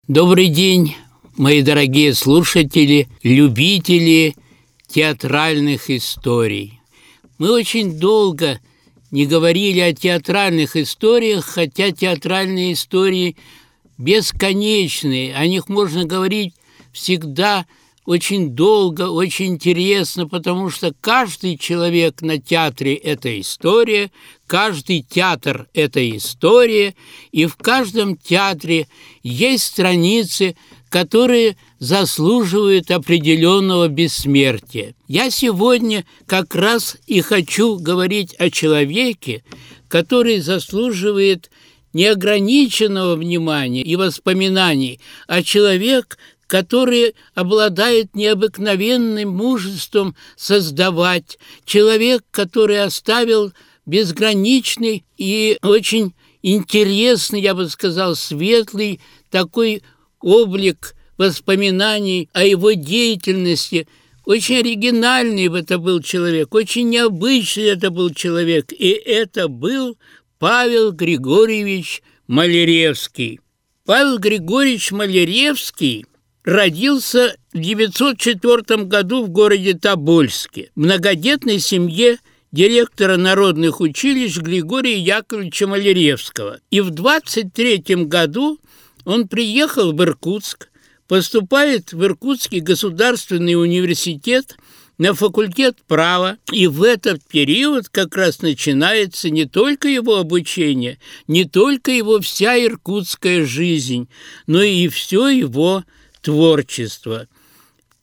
Добрый день, мои дорогие слушатели, любители театральных историй. Мы очень долго не говорили о театральных историях, хотя театральные истории бесконечные. О них можно говорить всегда очень долго, очень интересно, потому что каждый человек на театре – это история, каждый театр – это история, и в каждом театре есть страницы, которые заслуживают определенного бессмертия. Я сегодня как раз и хочу говорить о человеке, который заслуживает неограниченного внимания и воспоминаний, а человек, который обладает необыкновенным мужеством создавать, человек, который оставил безграничный и очень интересный, я бы сказал, светлый такой облик воспоминаний о его деятельности. Очень оригинальный это был человек, очень необычный это был человек, и это был Павел Григорьевич Маляревский. Павел Григорьевич Маляревский родился в 904 году в городе Тобольске, в многодетной семье директора народных училищ Григория Яковлевича Маляревского. И в 23 году он приехал в Иркутск, поступает в Иркутский государственный университет на факультет права. И в этот период как раз начинается не только его обучение, не только его вся иркутская жизнь, но и все его творчество. В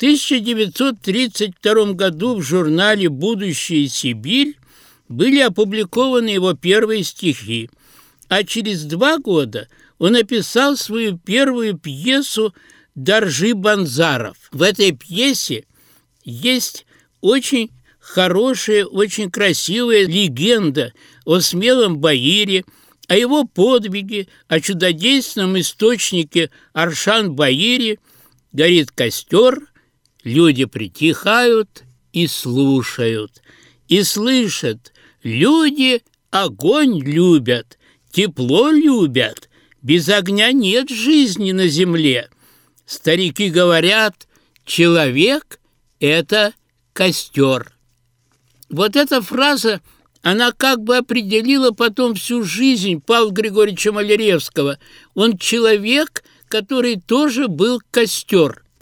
1932 году в журнале «Будущее Сибирь» были опубликованы его первые стихи, а через 2 года он написал свою первую пьесу «Доржи Банзаров». В этой пьесе есть очень хорошая, очень красивая легенда о смелом бояре, о его подвиге, о чудодейственном источнике Аршан-Баире. Горит костер, люди притихают и слушают, и слышат: люди огонь любят, тепло любят, без огня нет жизни на земле. Старики говорят: человек – это костер. Вот эта фраза, она как бы определила потом всю жизнь Павла Григорьевича Маляревского. Он человек, который тоже был костер. В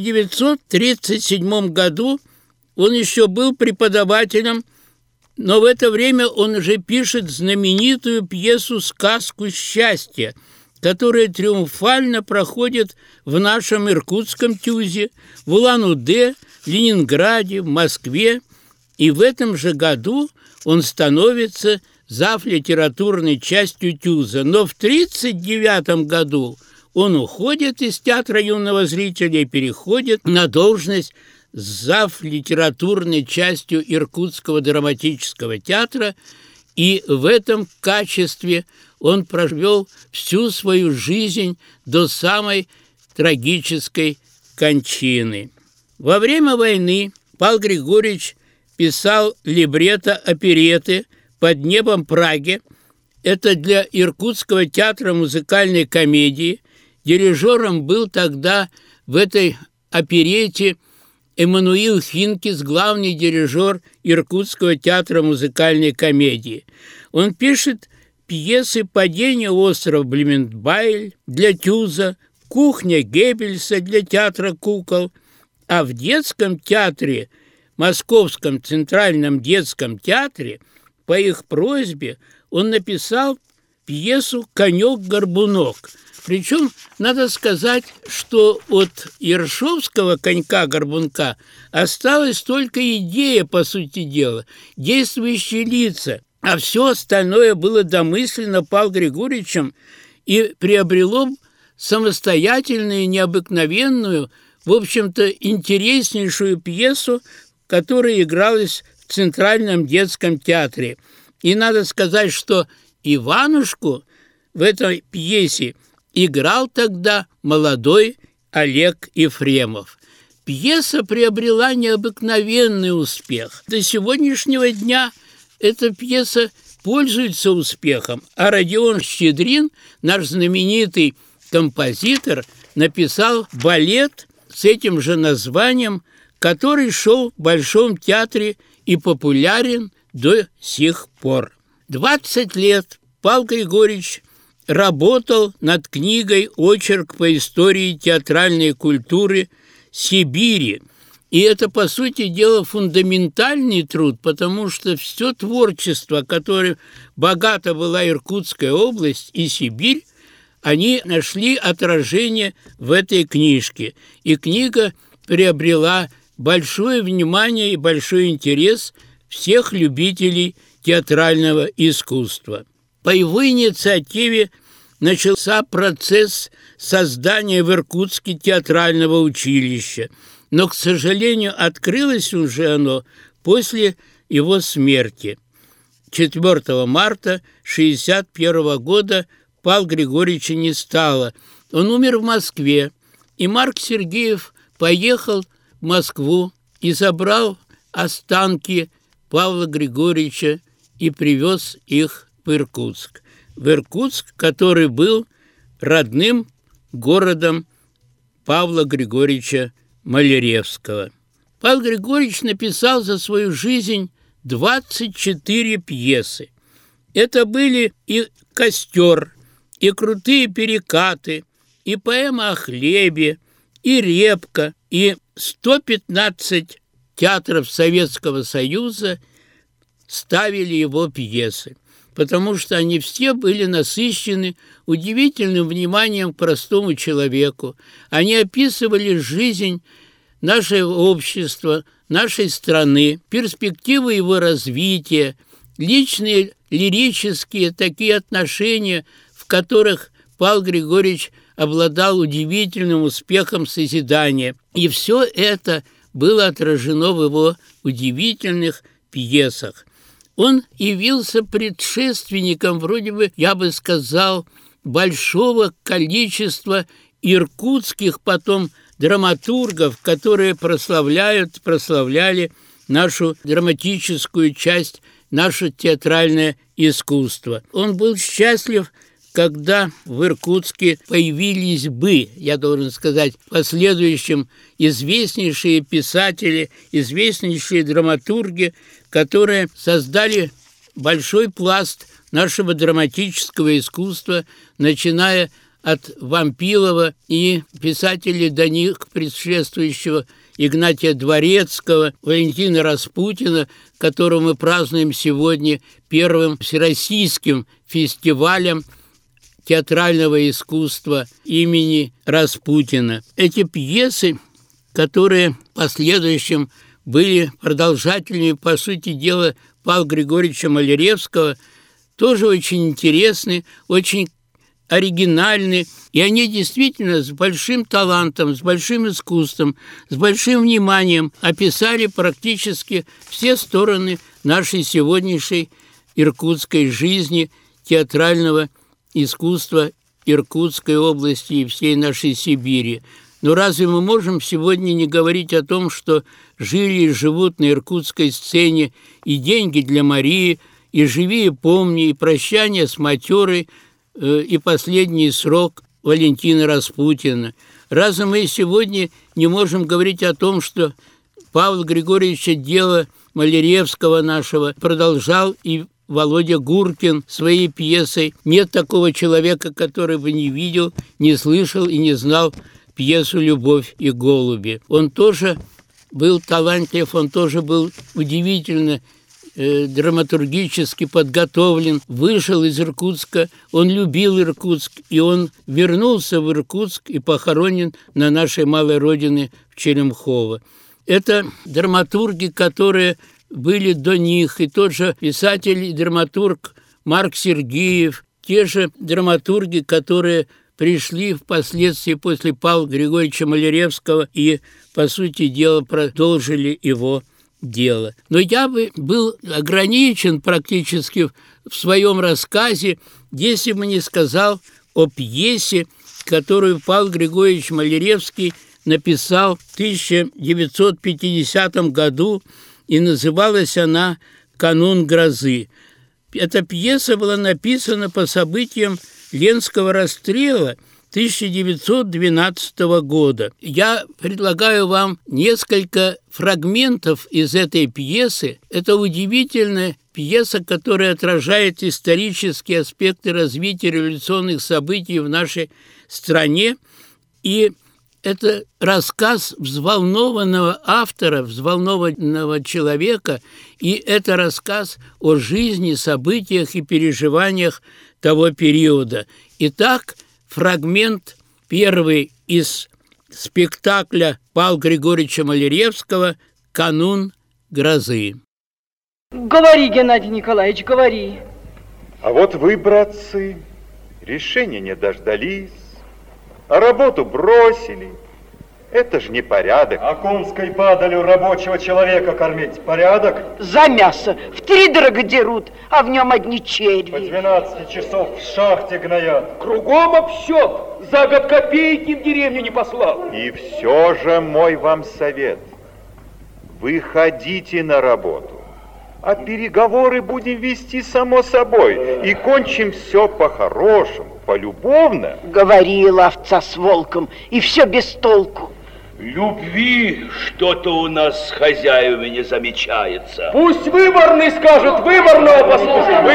1937 году он еще был преподавателем, но в это время он уже пишет знаменитую пьесу-сказку «Счастье», которая триумфально проходит в нашем иркутском ТЮЗе, в Улан-Удэ, в Ленинграде, в Москве. И в этом же году он становится завлитературной частью ТЮЗа. Но в 1939 году он уходит из театра юного зрителя и переходит на должность завлитературной частью Иркутского драматического театра, и в этом качестве он провел всю свою жизнь до самой трагической кончины. Во время войны Павел Григорьевич писал либретто оперетты «Под небом Праги». Это для Иркутского театра музыкальной комедии. Дирижером был тогда в этой оперетте Эммануил Финкис, главный дирижер Иркутского театра музыкальной комедии. Он пишет пьесы «Падение острова Блюменбайль» для ТЮЗа, «Кухня Геббельса» для театра кукол, а в детском театре, Московском центральном детском театре, по их просьбе он написал пьесу «Конек-горбунок». Причем надо сказать, что от ершовского конька-горбунка осталась только идея, по сути дела, действующие лица, а все остальное было домыслено Павлом Григорьевичем и приобрело самостоятельную, необыкновенную, в общем-то, интереснейшую пьесу, которая игралась в Центральном детском театре. И надо сказать, что Иванушку в этой пьесе играл тогда молодой Олег Ефремов. Пьеса приобрела необыкновенный успех. До сегодняшнего дня эта пьеса пользуется успехом, а Родион Щедрин, наш знаменитый композитор, написал балет с этим же названием, который шел в Большом театре и популярен до сих пор. 20 лет Павел Григорьевич работал над книгой «Очерк по истории театральной культуры Сибири». И это, по сути дела, фундаментальный труд, потому что все творчество, которое богата была Иркутская область и Сибирь, они нашли отражение в этой книжке. И книга приобрела большое внимание и большой интерес всех любителей театрального искусства. По его инициативе начался процесс создания в Иркутске театрального училища, но, к сожалению, открылось уже оно после его смерти. 4 марта 1961 года Павла Григорьевича не стало. Он умер в Москве, и Марк Сергеев поехал в Москву и забрал останки Павла Григорьевича и привез их в Иркутск. В Иркутск, который был родным городом Павла Григорьевича Маляревского. Павел Григорьевич написал за свою жизнь 24 пьесы. Это были и «Костер», и «Крутые перекаты», и поэма о хлебе, и «Репка», и 115 театров Советского Союза ставили его пьесы, потому что они все были насыщены удивительным вниманием к простому человеку. Они описывали жизнь нашего общества, нашей страны, перспективы его развития, личные лирические такие отношения, в которых Павел Григорьевич обладал удивительным успехом созидания. И все это было отражено в его удивительных пьесах. Он явился предшественником, вроде бы, я бы сказал, большого количества иркутских потом драматургов, которые прославляли нашу драматическую часть, наше театральное искусство. Он был счастлив, когда в Иркутске появились бы, я должен сказать, в последующем известнейшие писатели, известнейшие драматурги, которые создали большой пласт нашего драматического искусства, начиная от Вампилова и писателей до них предшествующего Игнатия Дворецкого, Валентина Распутина, которого мы празднуем сегодня первым всероссийским фестивалем театрального искусства имени Распутина. Эти пьесы, которые в последующем были продолжателями, по сути дела, Павла Григорьевича Маляревского, тоже очень интересны, очень оригинальны, и они действительно с большим талантом, с большим искусством, с большим вниманием описали практически все стороны нашей сегодняшней иркутской жизни, театрального искусства Иркутской области и всей нашей Сибири. Но разве мы можем сегодня не говорить о том, что жили и живут на иркутской сцене и «Деньги для Марии», и «Живи и помни», и «Прощание с матерой», и «Последний срок» Валентина Распутина. Разве мы сегодня не можем говорить о том, что Павла Григорьевича дело Маляревского нашего продолжал и Володя Гуркин своей пьесой? Нет такого человека, который бы не видел, не слышал и не знал пьесу «Любовь и голуби». Он тоже был талантлив, он тоже был удивительно драматургически подготовлен, вышел из Иркутска, он любил Иркутск, и он вернулся в Иркутск и похоронен на нашей малой родине в Черемхово. Это драматурги, которые были до них, и тот же писатель и драматург Марк Сергеев, те же драматурги, которые пришли впоследствии после Павла Григорьевича Маляревского и, по сути дела, продолжили его дело. Но я бы был ограничен практически в своем рассказе, если бы не сказал о пьесе, которую Павел Григорьевич Маляревский написал в 1950 году, и называлась она «Канун грозы». Эта пьеса была написана по событиям Ленского расстрела 1912 года. Я предлагаю вам несколько фрагментов из этой пьесы. Это удивительная пьеса, которая отражает исторические аспекты развития революционных событий в нашей стране. И это рассказ взволнованного автора, взволнованного человека, и это рассказ о жизни, событиях и переживаниях того периода. Итак, фрагмент первый из спектакля Павла Григорьевича Маляревского «Канун грозы». Говори, Геннадий Николаевич, говори. А вот вы, братцы, решения не дождались, а работу бросили. Это ж не порядок. А конской падалью рабочего человека кормить порядок? За мясо втридорого дерут, а в нем одни черви. По 12 часов в шахте гноят. Кругом общеп. За год копейки в деревню не послал. И все же мой вам совет. Вы ходите на работу, а переговоры будем вести само собой. И кончим все по-хорошему, полюбовно. Говорила овца с волком, и все без толку. Любви что-то у нас с хозяевами не замечается. Пусть выборный скажет, выборного послушай,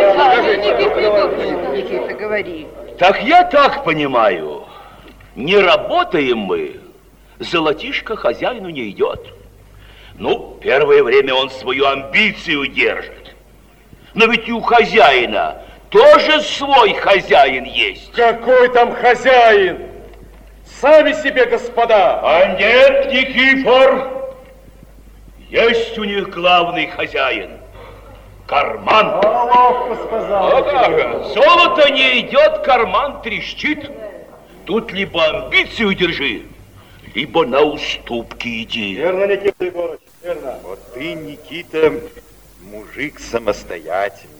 выборный. Никита, говори. Так я так понимаю, не работаем мы, золотишко хозяину не идет. Ну, первое время он свою амбицию держит. Но ведь и у хозяина тоже свой хозяин есть. Какой там хозяин? Сами себе, господа. А нет, Никифор, есть у них главный хозяин. Карман. Ловко сказал. Золото не идет, карман трещит. Тут либо амбицию держи, либо на уступки иди. Верно, Никита Егорович, верно. Вот ты, Никита, мужик самостоятельный.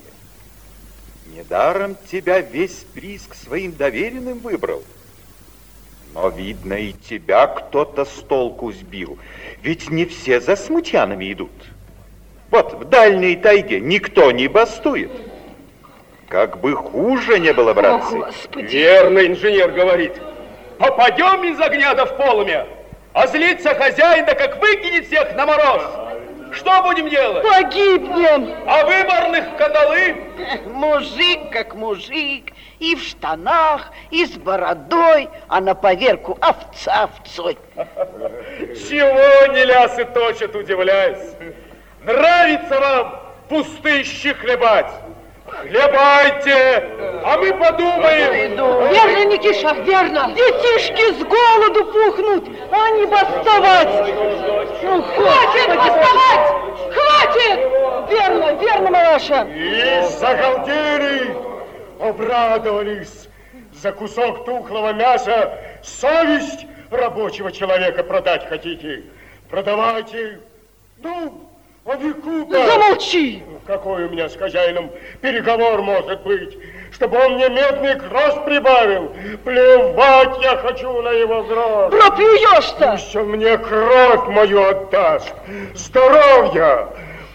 Недаром тебя весь приз к своим доверенным выбрал. Но, видно, и тебя кто-то с толку сбил. Ведь не все за смутьянами идут. Вот в дальней тайге никто не бастует. Как бы хуже не было, братцы. О, Господи. Верно, инженер говорит. Попадем из огня да в полымя, а злится хозяин, да как выкинет всех на мороз. Что будем делать? Погибнем. А выборных кандалы? Мужик как мужик, и в штанах, и с бородой, а на поверку овца овцой. Чего нелясы точат, удивляюсь. Нравится вам пустыщи хлебать? Хлебайте, а мы подумаем. Верно, Никиша, верно. Детишки с голоду пухнут, а не бастовать. Ну, хватит бастовать! Хватит! Верно, верно, Малаша. И загалдели, обрадовались. За кусок тухлого мяса совесть рабочего человека продать хотите? Продавайте. Ну, а веку-то... Замолчи! Какой у меня с хозяином переговор может быть? Чтобы он мне медный грош прибавил? Плевать я хочу на его грош. Проплюешься! Пусть он мне кровь мою отдаст. Здоровья!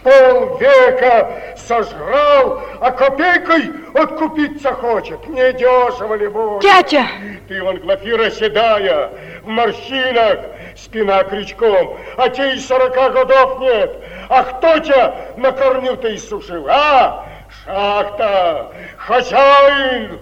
Полвека сожрал, а копейкой откупиться хочет. Недешево ли будет? Тятя! Ты вон, Глафира, седая, в морщинах, спина крючком, а тебе и 40 годов нет. А кто тебя на корню-то иссушил, а? Шахта, хозяин.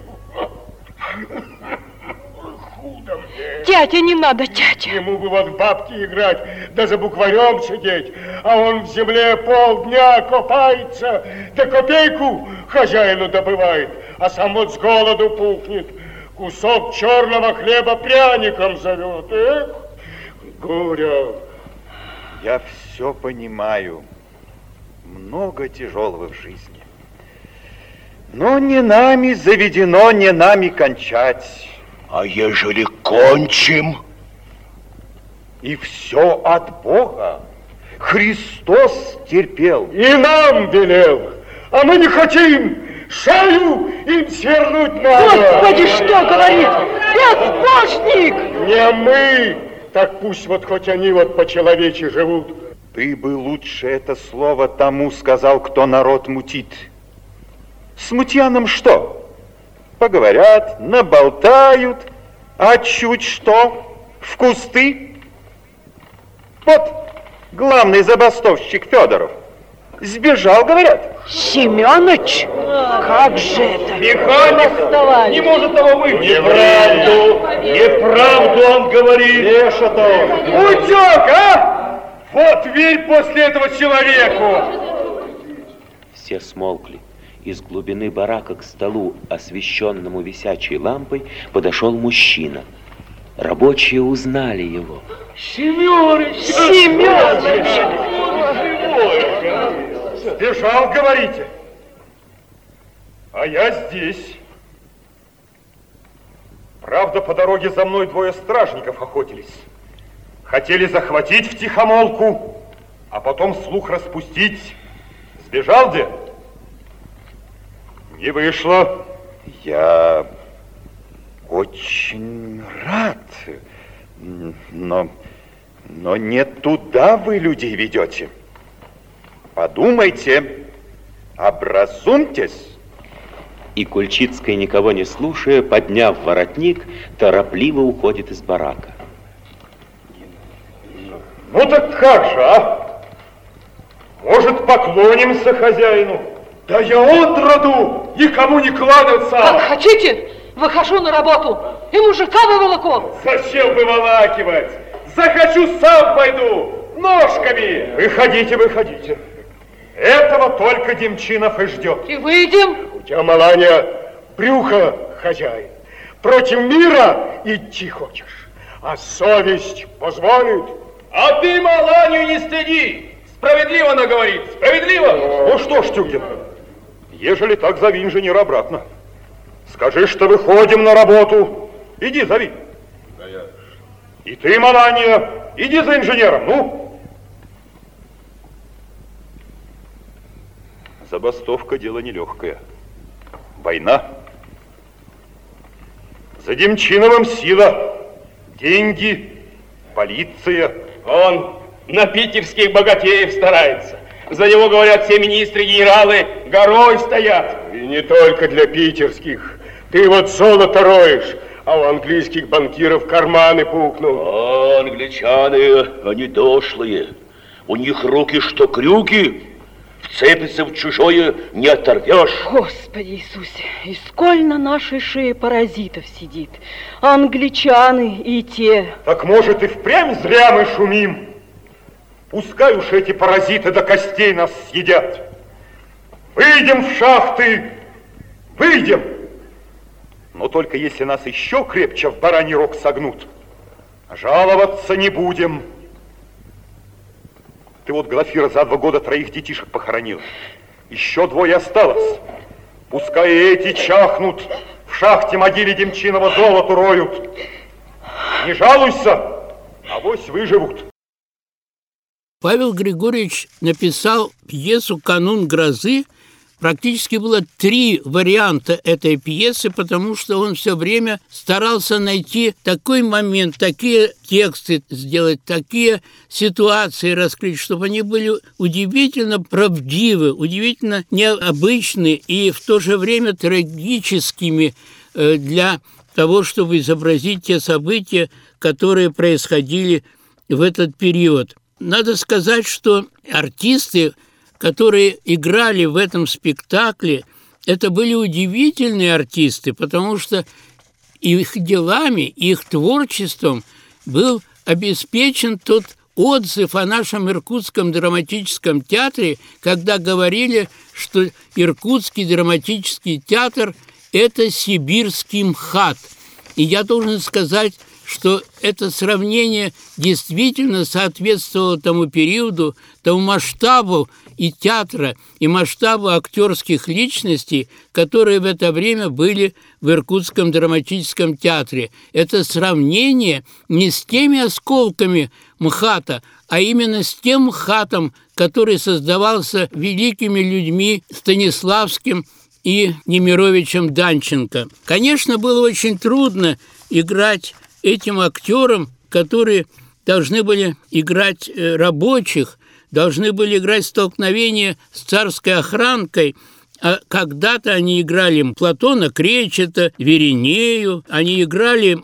Худо мне. Тятя, не надо, тятя. Ему бы вот в бабки играть, да за букварем сидеть, а он в земле полдня копается, да копейку хозяину добывает, а сам вот с голоду пухнет, кусок черного хлеба пряником зовет. Эх, горе. Я все понимаю. Много тяжелого в жизни. Но не нами заведено, не нами кончать. А ежели кончим? И все от Бога. Христос терпел. И нам велел, а мы не хотим. Шею им свернуть надо. Господи, что говорит? Безбожник! Не мы, так пусть вот хоть они вот по-человечи живут. Ты бы лучше это слово тому сказал, кто народ мутит. Смутьянам что? Поговорят, наболтают, А чуть что, в кусты. Вот главный забастовщик Федоров сбежал, говорят. Семёныч, как же это? Механик не может того выйти. Неправду он говорит. Решето. Утек, а? Вот верь после этого человеку. Все смолкли. Из глубины барака к столу, освещенному висячей лампой, подошел мужчина. Рабочие узнали его. Семёныч! Сбежал, говорите? А я здесь. Правда, по дороге за мной двое стражников охотились. Хотели захватить втихомолку, а потом слух распустить. Сбежал где? Не вышло. Я очень рад, но не туда вы людей ведете. Подумайте, образумьтесь. И Кульчицкая, никого не слушая, подняв воротник, торопливо уходит из барака. Ну так как же, а? Может, поклонимся хозяину? Да я отроду никому не кланялся. Как хотите, выхожу на работу и мужика выволоку. Зачем выволакивать? Захочу, сам пойду, ножками. Выходите, выходите. Этого только Демчинов и ждет. И выйдем. У тебя, Маланья, брюхо, хозяин. Против мира идти хочешь, а совесть позволит. А ты, Маланью, не стыди. Справедливо она говорит, справедливо. Ну что ж, Тюгин, ежели так, зови инженера обратно. Скажи, что выходим на работу. Иди, зови. Да я... И ты, Маланья, иди за инженером, ну. Забастовка — дело нелегкое. Война. За Демчиновым сила, деньги, полиция. Он на питерских богатеев старается. За него, говорят, все министры, генералы горой стоят. И не только для питерских. Ты вот золото роешь, а у английских банкиров карманы пукнут. А англичаны, они дошлые. У них руки что крюки. Вцепиться в чужое не оторвешь. Господи Иисусе, и сколь на нашей шее паразитов сидит. Англичаны и те. Так может и впрямь зря мы шумим. Пускай уж эти паразиты до костей нас съедят. Выйдем в шахты, выйдем. Но только если нас еще крепче в бараний рог согнут, жаловаться не будем. Ты вот, Глафира, за 2 года 3 детишек похоронил. Еще 2 осталось. Пускай эти чахнут, в шахте могиле Демчинова золото роют. Не жалуйся, авось выживут. Павел Григорьевич написал пьесу «Канун грозы». Практически было 3 варианта этой пьесы, потому что он все время старался найти такой момент, такие тексты сделать, такие ситуации раскрыть, чтобы они были удивительно правдивы, удивительно необычны и в то же время трагическими для того, чтобы изобразить те события, которые происходили в этот период. Надо сказать, что артисты, которые играли в этом спектакле, это были удивительные артисты, потому что их делами, их творчеством был обеспечен тот отзыв о нашем Иркутском драматическом театре, когда говорили, что Иркутский драматический театр – это сибирский МХАТ. И я должен сказать, что это сравнение действительно соответствовало тому периоду, тому масштабу и театра, и масштабу актерских личностей, которые в это время были в Иркутском драматическом театре. Это сравнение не с теми осколками МХАТа, а именно с тем МХАТом, который создавался великими людьми Станиславским и Немировичем Данченко. Конечно, было очень трудно играть этим актерам, которые должны были играть рабочих, должны были играть столкновение с царской охранкой, а когда-то они играли Платона Кречета, Веринею, они играли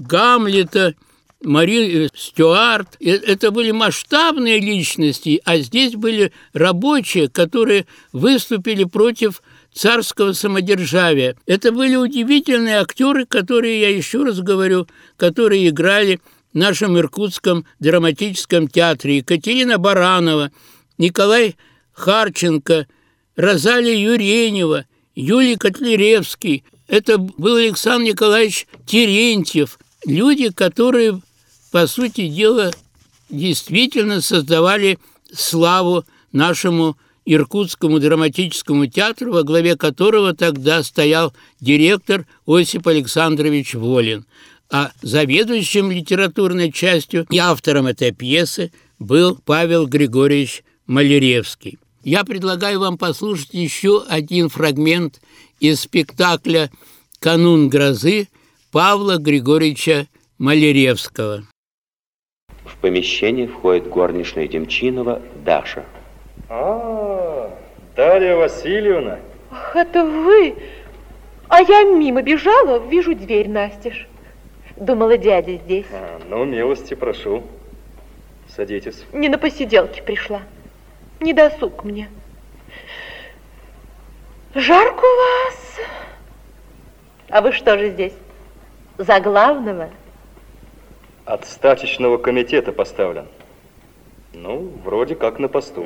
Гамлета, Мари Стюарт. Это были масштабные личности, а здесь были рабочие, которые выступили против царского самодержавия. Это были удивительные актеры, которые, я еще раз говорю, которые играли в нашем Иркутском драматическом театре. Екатерина Баранова, Николай Харченко, Розалия Юренева, Юлий Котляревский. Это был Александр Николаевич Терентьев. Люди, которые, по сути дела, действительно создавали славу нашему Иркутскому драматическому театру, во главе которого тогда стоял директор Осип Александрович Волин. А заведующим литературной частью и автором этой пьесы был Павел Григорьевич Маляревский. Я предлагаю вам послушать еще один фрагмент из спектакля «Канун грозы» Павла Григорьевича Маляревского. В помещение входит горничная Демчинова Даша. Дарья Васильевна. Ах, это вы? А я мимо бежала, вижу дверь настежь. Думала, дядя здесь. Ну, милости прошу. Садитесь. Не на посиделке пришла. Не досуг мне. Жарко у вас. А вы что же здесь? За главного? От стачечного комитета поставлен. Ну, вроде как на посту.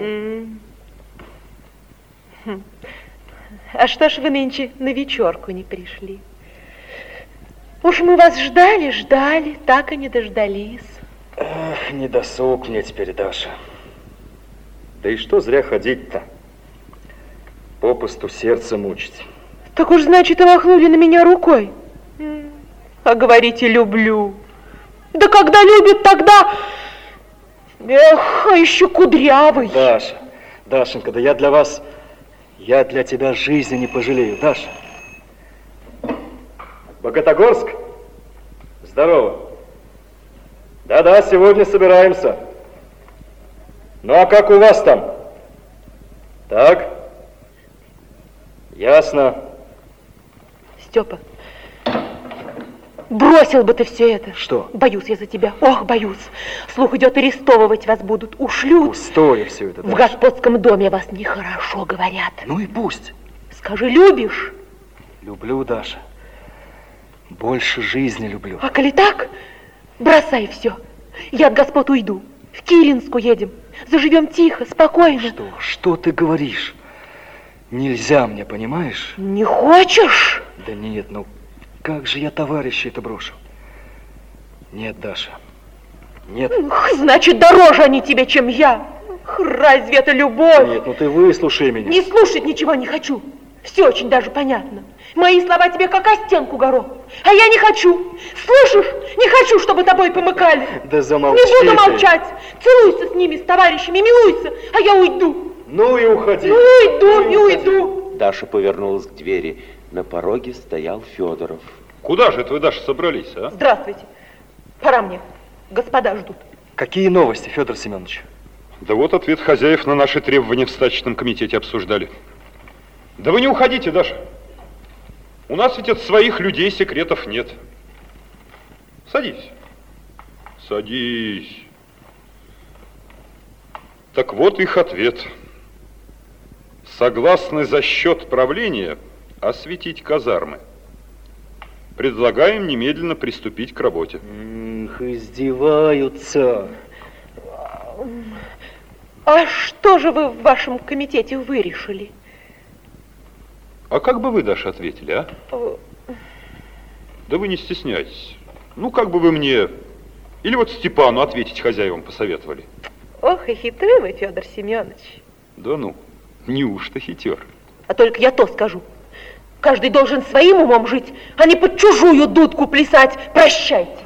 А что ж вы нынче на вечерку не пришли? Уж мы вас ждали, так и не дождались. Эх, не досуг мне теперь, Даша. Да и что зря ходить-то? Попусту сердце мучить. Так уж, значит, и махнули на меня рукой. А говорите, люблю. Да когда любит, тогда... Эх, а еще кудрявый. Даша, Дашенька, да я для тебя жизни не пожалею, Даша. Богатогорск? Здорово. Да-да, сегодня собираемся. Ну, а как у вас там? Так? Ясно. Степа, бросил бы ты все это. Что? Боюсь я за тебя, ох, боюсь. Слух идет, арестовывать вас будут, ушлют. Пустое все это, Даша. В господском доме вас нехорошо говорят. Ну и пусть. Скажи, любишь? Люблю, Даша. Больше жизни люблю. А коли так, бросай все. Я от господ уйду. В Килинску едем. Заживем тихо, спокойно. Что ты говоришь? Нельзя мне, понимаешь? Не хочешь? Да нет, ну как же я товарища это брошу? Нет, Даша, нет. Значит, дороже они тебе, чем я. Разве это любовь? Нет, ну ты выслушай меня. Не слушать ничего не хочу. Все очень даже понятно. Мои слова тебе как о стенку горох. А я не хочу. Слышишь? Не хочу, чтобы тобой помыкали. Да замолчи. Не буду молчать. Целуйся с ними, с товарищами, милуйся, а я уйду. Ну и уходи. Ну уйду, не уйду. Даша повернулась к двери. На пороге стоял Федоров. Куда же это вы, Даша, собрались, а? Здравствуйте. Пора мне. Господа ждут. Какие новости, Федор Семенович? Да вот ответ хозяев на наши требования в стачечном комитете обсуждали. Да вы не уходите, Даша. У нас ведь от своих людей секретов нет. Садись. Садись. Так вот их ответ. Согласны за счет правления осветить казармы. Предлагаем немедленно приступить к работе. Издеваются. А что же вы в вашем комитете решили? А как бы вы, Даша, ответили, а? Да вы не стесняйтесь. Ну, как бы вы мне... Или вот Степану ответить хозяевам посоветовали. Ох, и хитрый вы, Федор Семенович. Да ну, неужто хитер? А только я то скажу. Каждый должен своим умом жить, а не под чужую дудку плясать. Прощайте.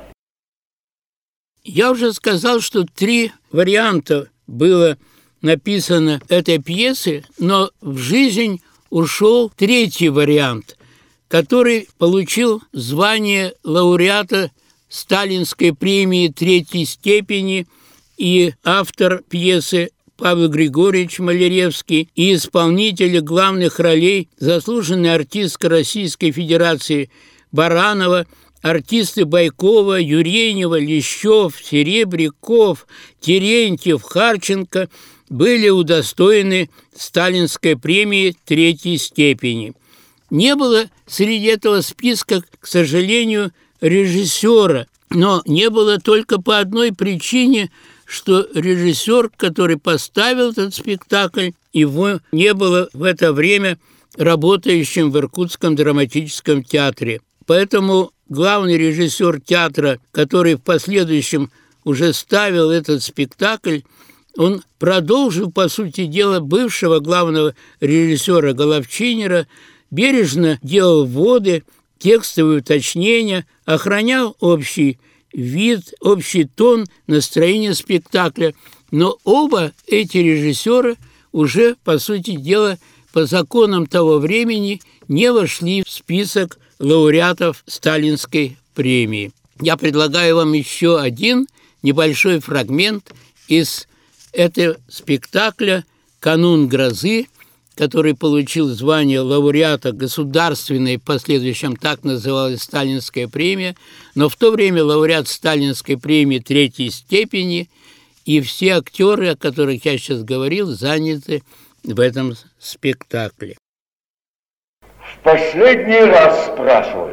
Я уже сказал, что 3 варианта было написано этой пьесы, но в жизнь ушел 3-й вариант, который получил звание лауреата Сталинской премии 3-й степени, и автор пьесы Павел Григорьевич Маляревский, и исполнители главных ролей заслуженная артистка Российской Федерации Баранова артисты Байкова, Юренева, Лещев, Серебряков, Терентьев, Харченко были удостоены сталинской премии 3-й степени. Не было среди этого списка, к сожалению, режиссера, но не было только по одной причине, что режиссер, который поставил этот спектакль, его не было в это время работающим в Иркутском драматическом театре. Поэтому главный режиссер театра, который в последующем уже ставил этот спектакль, он продолжил, по сути дела, бывшего главного режиссера Головчинера, бережно делал вводы, текстовые уточнения, охранял общий вид, общий тон, настроение спектакля. Но оба эти режиссера уже, по сути дела, по законам того времени не вошли в список лауреатов Сталинской премии. Я предлагаю вам еще один небольшой фрагмент из этого спектакля «Канун грозы», который получил звание лауреата государственной, в последующем так называлась Сталинская премия, но в то время лауреат Сталинской премии 3-й степени, и все актеры, о которых я сейчас говорил, заняты в этом спектакле. В последний раз спрашиваю,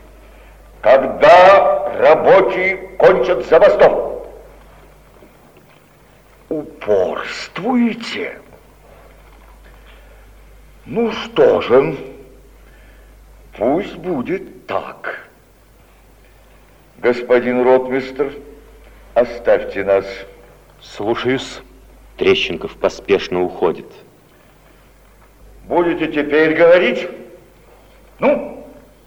когда рабочие кончат забастовку? Упорствуете? Ну что же, пусть будет так. Господин ротмистр, оставьте нас. Слушаюсь. Трещенков поспешно уходит. Будете теперь говорить? Ну?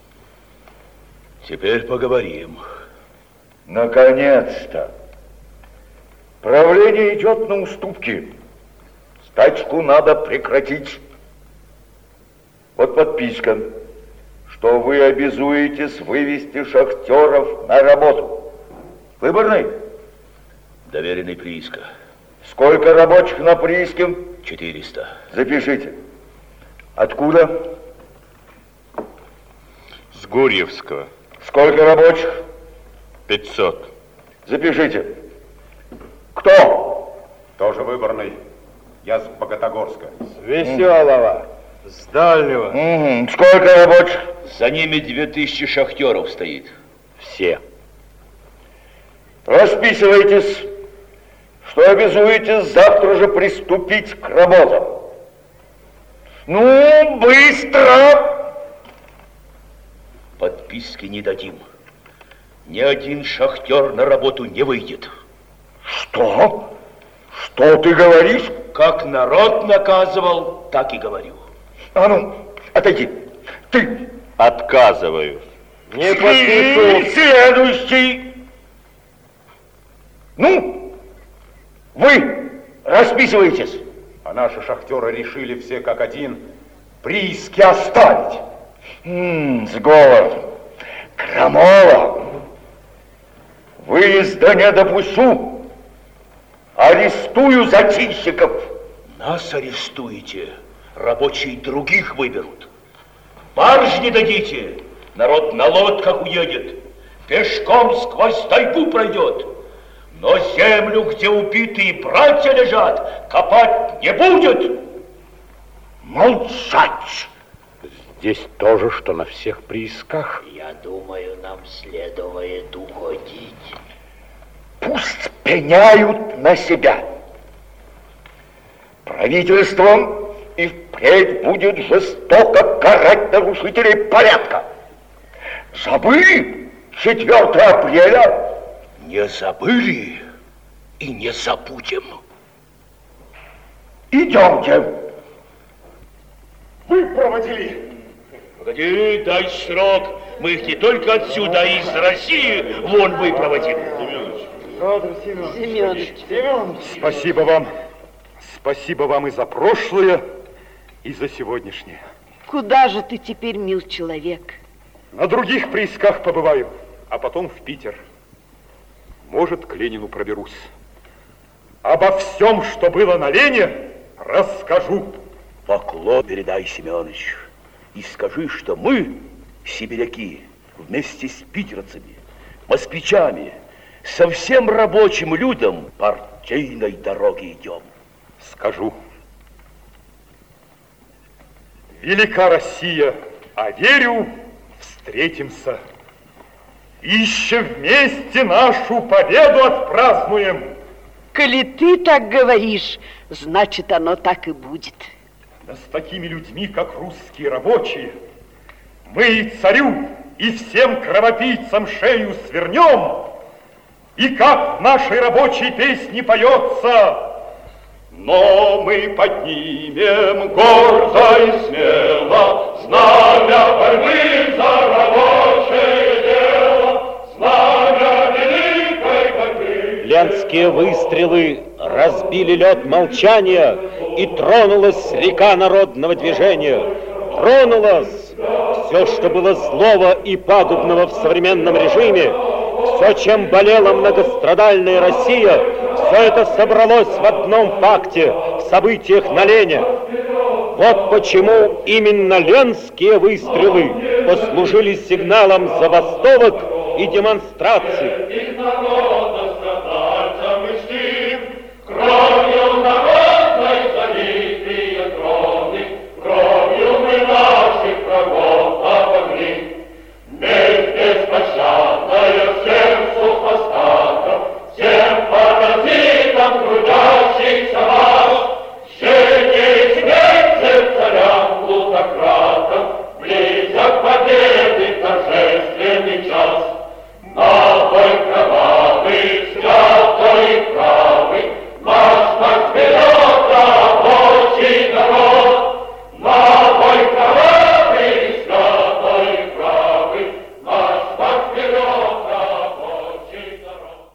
Теперь поговорим. Наконец-то. Правление идет на уступки. Стачку надо прекратить. Вот подписка, что вы обязуетесь вывести шахтеров на работу. Выборный? Доверенный прииска. Сколько рабочих на прииске? 400. Запишите. Откуда? С Гурьевского. Сколько рабочих? 500. Запишите. Кто? Тоже выборный. Я с Богатогорска. С Веселого. С Дальнего. Угу. Сколько рабочих? За ними 2000 шахтеров стоит. Все. Расписывайтесь, что обязуетесь завтра же приступить к работам. Ну, быстро! Подписки не дадим. Ни один шахтер на работу не выйдет. Что? Что ты говоришь? Как народ наказывал, так и говорю. А ну, отойди. Ты. Отказываюсь. Не подпишу. Следующий. Ну, вы расписываетесь. А наши шахтеры решили все как один прииски оставить. Сговор. Крамола. Выезда не допущу. Арестую зачинщиков. Нас арестуете, рабочие других выберут. Барж не дадите, народ на лодках уедет, пешком сквозь тайгу пройдет. Но землю, где убитые братья лежат, копать не будет. Молчать. Здесь то же, что на всех приисках. Я думаю, нам следует уходить. Пусть пеняют на себя. Правительством и впредь будет жестоко карать нарушителей порядка. Забыли 4 апреля? Не забыли и не забудем. Идемте. Вы проводили. Погоди, дай срок. Мы их не только отсюда, а из России вон выпроводим. Спасибо вам. Спасибо вам и за прошлое, и за сегодняшнее. Куда же ты теперь, мил человек? На других приисках побываю, а потом в Питер. Может, к Ленину проберусь. Обо всем, что было на Лене, расскажу. Поклон передай, Семенович, и скажи, что мы, сибиряки, вместе с питерцами, москвичами, со всем рабочим людом партийной дороги идем. Скажу. Велика Россия, а верю, встретимся. Еще вместе нашу победу отпразднуем. Коли ты так говоришь, значит, оно так и будет. Да с такими людьми, как русские рабочие, мы и царю, и всем кровопийцам шею свернем, и как в нашей рабочей песне поется: но мы поднимем гордо и смело знамя борьбы за рабочее дело, знамя великой борьбы. Ленские выстрелы разбили лед молчания, и тронулась река народного движения. Тронулась все, что было злого и пагубного в современном режиме, все, чем болела многострадальная Россия, все это собралось в одном факте, в событиях на Лене. Вот почему именно ленские выстрелы послужили сигналом забастовок и демонстраций. Кровью народной зависти крови, кровью мы наших врагов обогли. Месть беспощадная всем супостатам, всем паразитам трудящихся вас, щеки смерти царям плутократам, близок победы торжественный час. На бой кровавый, святой и правый, марш вперед, рабочий народ! На бой кровавый, святой и правый, марш вперед, рабочий народ!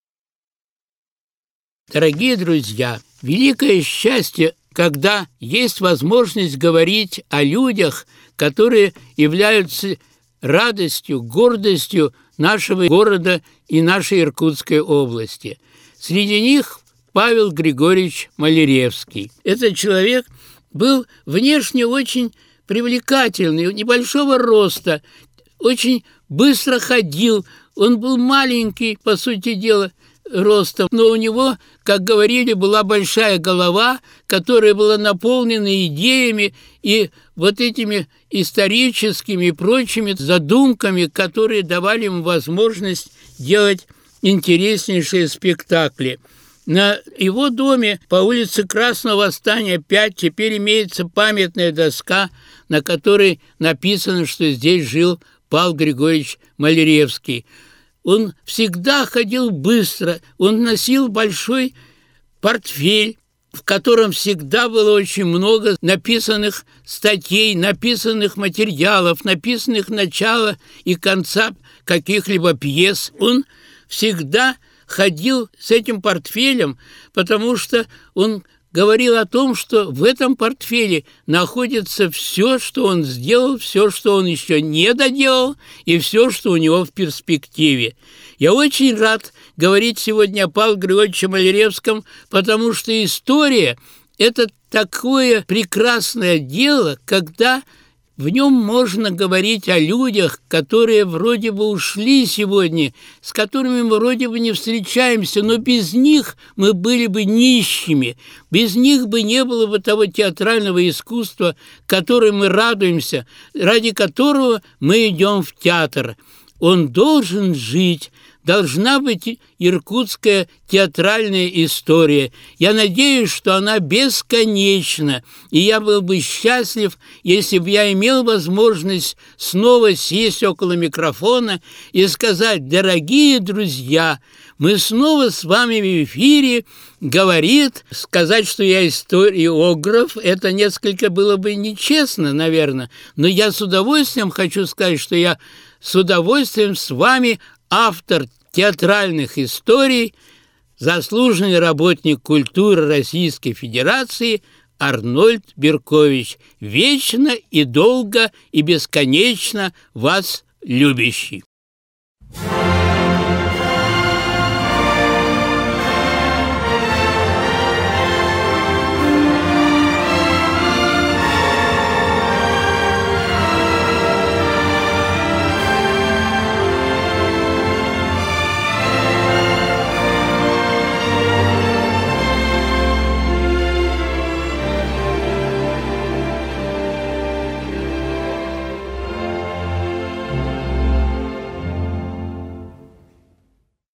Дорогие друзья, великое счастье, когда есть возможность говорить о людях, которые являются радостью, гордостью нашего города и нашей Иркутской области. Среди них Павел Григорьевич Маляревский. Этот человек был внешне очень привлекательный, небольшого роста, очень быстро ходил. Он был маленький, по сути дела, ростом, но у него, как говорили, была большая голова, которая была наполнена идеями и вот этими историческими и прочими задумками, которые давали ему возможность делать интереснейшие спектакли. На его доме по улице Красного Восстания 5 теперь имеется памятная доска, на которой написано, что здесь жил Павел Григорьевич Маляревский. Он всегда ходил быстро, он носил большой портфель, в котором всегда было очень много написанных статей, написанных материалов, написанных начала и конца каких-либо пьес. Он всегда ходил с этим портфелем, потому что он говорил о том, что в этом портфеле находится все, что он сделал, все, что он еще не доделал, и все, что у него в перспективе. Я очень рад говорить сегодня о Павле Григорьевиче Маляревском, потому что история – это такое прекрасное дело, когда в нем можно говорить о людях, которые вроде бы ушли сегодня, с которыми мы вроде бы не встречаемся, но без них мы были бы нищими, без них бы не было бы того театрального искусства, которым мы радуемся, ради которого мы идем в театр. Он должен жить. Должна быть иркутская театральная история. Я надеюсь, что она бесконечна, и я был бы счастлив, если бы я имел возможность снова сесть около микрофона и сказать: дорогие друзья, мы снова с вами в эфире. Говорит, сказать, что я историограф, это несколько было бы нечестно, наверное, но я с удовольствием хочу сказать, что я с удовольствием с вами автор театральных историй, заслуженный работник культуры Российской Федерации Арнольд Беркович, вечно и долго и бесконечно вас любящий.